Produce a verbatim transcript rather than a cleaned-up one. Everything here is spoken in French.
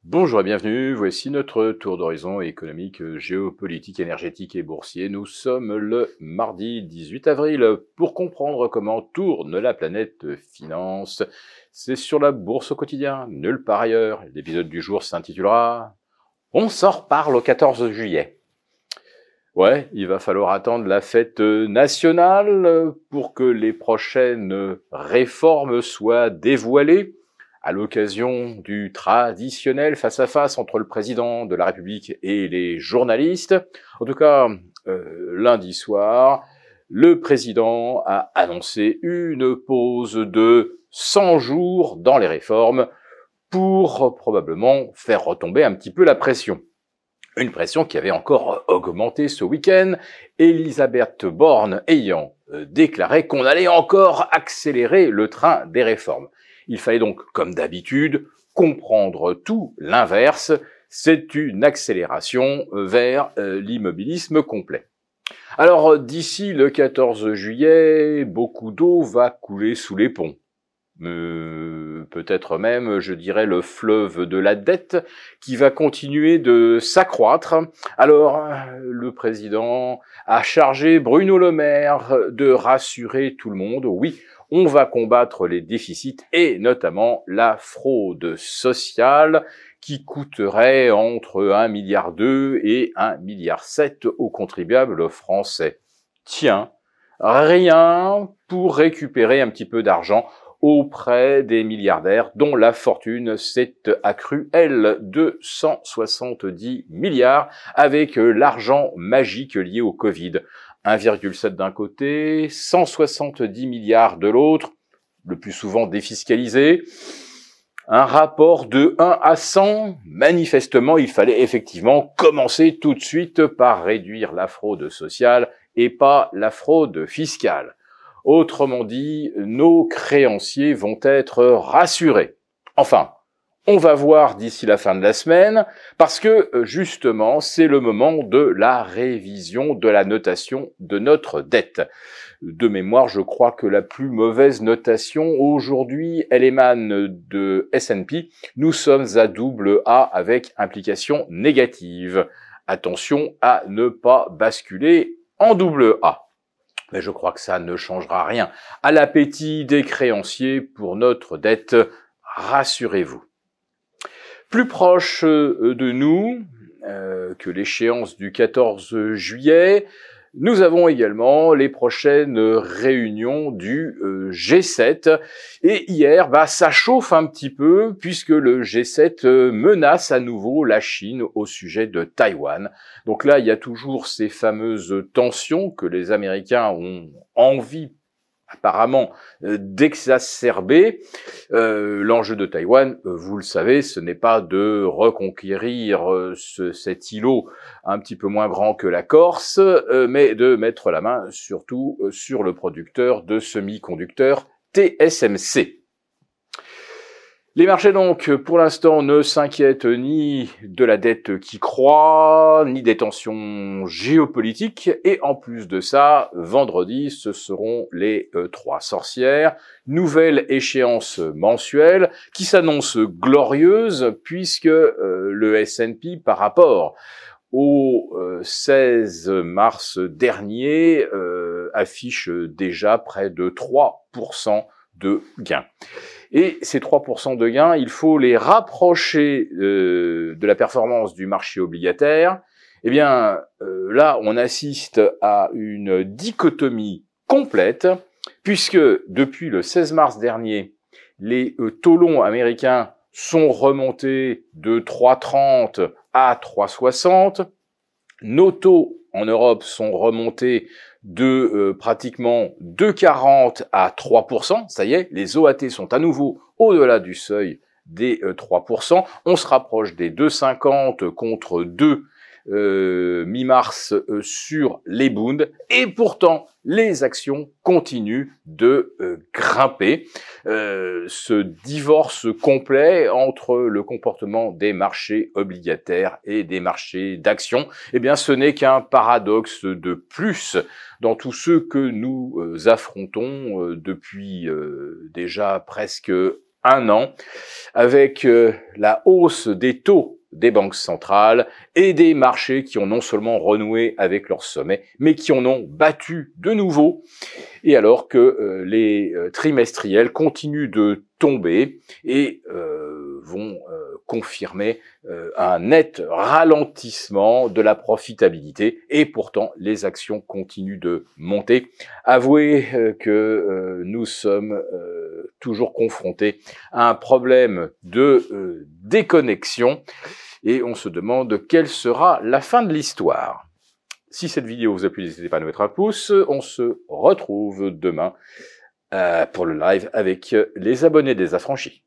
Bonjour et bienvenue, voici notre tour d'horizon économique, géopolitique, énergétique et boursier. Nous sommes le mardi dix-huit avril pour comprendre comment tourne la planète finance. C'est sur la bourse au quotidien, nulle part ailleurs. L'épisode du jour s'intitulera « On s'en reparle au quatorze juillet ». Ouais, il va falloir attendre la fête nationale pour que les prochaines réformes soient dévoilées, à l'occasion du traditionnel face-à-face entre le président de la République et les journalistes. En tout cas, euh, lundi soir, le président a annoncé une pause de cent jours dans les réformes pour probablement faire retomber un petit peu la pression. Une pression qui avait encore augmenté ce week-end, Elisabeth Borne ayant déclaré qu'on allait encore accélérer le train des réformes. Il fallait donc, comme d'habitude, comprendre tout l'inverse. C'est une accélération vers euh, l'immobilisme complet. Alors, d'ici le quatorze juillet, beaucoup d'eau va couler sous les ponts. Euh, peut-être même, je dirais, le fleuve de la dette qui va continuer de s'accroître. Alors, le président a chargé Bruno Le Maire de rassurer tout le monde. Oui, on va combattre les déficits et notamment la fraude sociale qui coûterait entre un virgule deux milliard et un virgule sept milliard aux contribuables français. Tiens, rien pour récupérer un petit peu d'argent auprès des milliardaires dont la fortune s'est accrue, elle, de cent soixante-dix milliards avec l'argent magique lié au Covid. un virgule sept d'un côté, cent soixante-dix milliards de l'autre, le plus souvent défiscalisé. Un rapport de un à cent, manifestement, il fallait effectivement commencer tout de suite par réduire la fraude sociale et pas la fraude fiscale. Autrement dit, nos créanciers vont être rassurés. Enfin, on va voir d'ici la fin de la semaine, parce que, justement, c'est le moment de la révision de la notation de notre dette. De mémoire, je crois que la plus mauvaise notation aujourd'hui, elle émane de S and P. Nous sommes à double A avec implication négative. Attention à ne pas basculer en double A. Mais je crois que ça ne changera rien à l'appétit des créanciers pour notre dette, rassurez-vous. Plus proche de nous euh, que l'échéance du quatorze juillet, nous avons également les prochaines réunions du euh, G sept. Et hier, bah, ça chauffe un petit peu puisque le G sept euh, menace à nouveau la Chine au sujet de Taïwan. Donc là, il y a toujours ces fameuses tensions que les Américains ont envie apparemment euh, d'exacerber. Euh, l'enjeu de Taïwan, euh, vous le savez, ce n'est pas de reconquérir euh, ce, cet îlot un petit peu moins grand que la Corse, euh, mais de mettre la main surtout euh, sur le producteur de semi-conducteurs T S M C. Les marchés donc, pour l'instant, ne s'inquiètent ni de la dette qui croît, ni des tensions géopolitiques. Et en plus de ça, vendredi, ce seront les euh, trois sorcières. Nouvelle échéance mensuelle qui s'annonce glorieuse puisque euh, le S and P, par rapport au euh, seize mars dernier, euh, affiche déjà près de trois pour cent de gains. Et ces trois pour cent de gains, il faut les rapprocher euh, de la performance du marché obligataire. Eh bien, euh, là, on assiste à une dichotomie complète, puisque depuis le seize mars dernier, les euh, taux longs américains sont remontés de trois virgule trente à trois virgule soixante. Nos taux en Europe sont remontés de euh, pratiquement deux virgule quarante à trois pour cent. Ça y est, les O A T sont à nouveau au-delà du seuil des euh, trois pour cent. On se rapproche des deux virgule cinquante contre deux euh, mi-mars euh, sur les Bunds. Et pourtant, les actions continuent de euh, grimper. Euh, ce divorce complet entre le comportement des marchés obligataires et des marchés d'actions, eh bien, ce n'est qu'un paradoxe de plus dans tout ce que nous euh, affrontons euh, depuis euh, déjà presque un an, avec euh, la hausse des taux des banques centrales et des marchés qui ont non seulement renoué avec leur sommet, mais qui en ont battu de nouveau, et alors que euh, les euh, trimestriels continuent de tomber et euh, vont euh, confirmer euh, un net ralentissement de la profitabilité, et pourtant les actions continuent de monter. Avouez euh, que euh, nous sommes euh, toujours confrontés à un problème de euh, déconnexion, et on se demande quelle sera la fin de l'histoire. Si cette vidéo vous a plu, n'hésitez pas à nous mettre un pouce. On se retrouve demain euh, pour le live avec les abonnés des affranchis.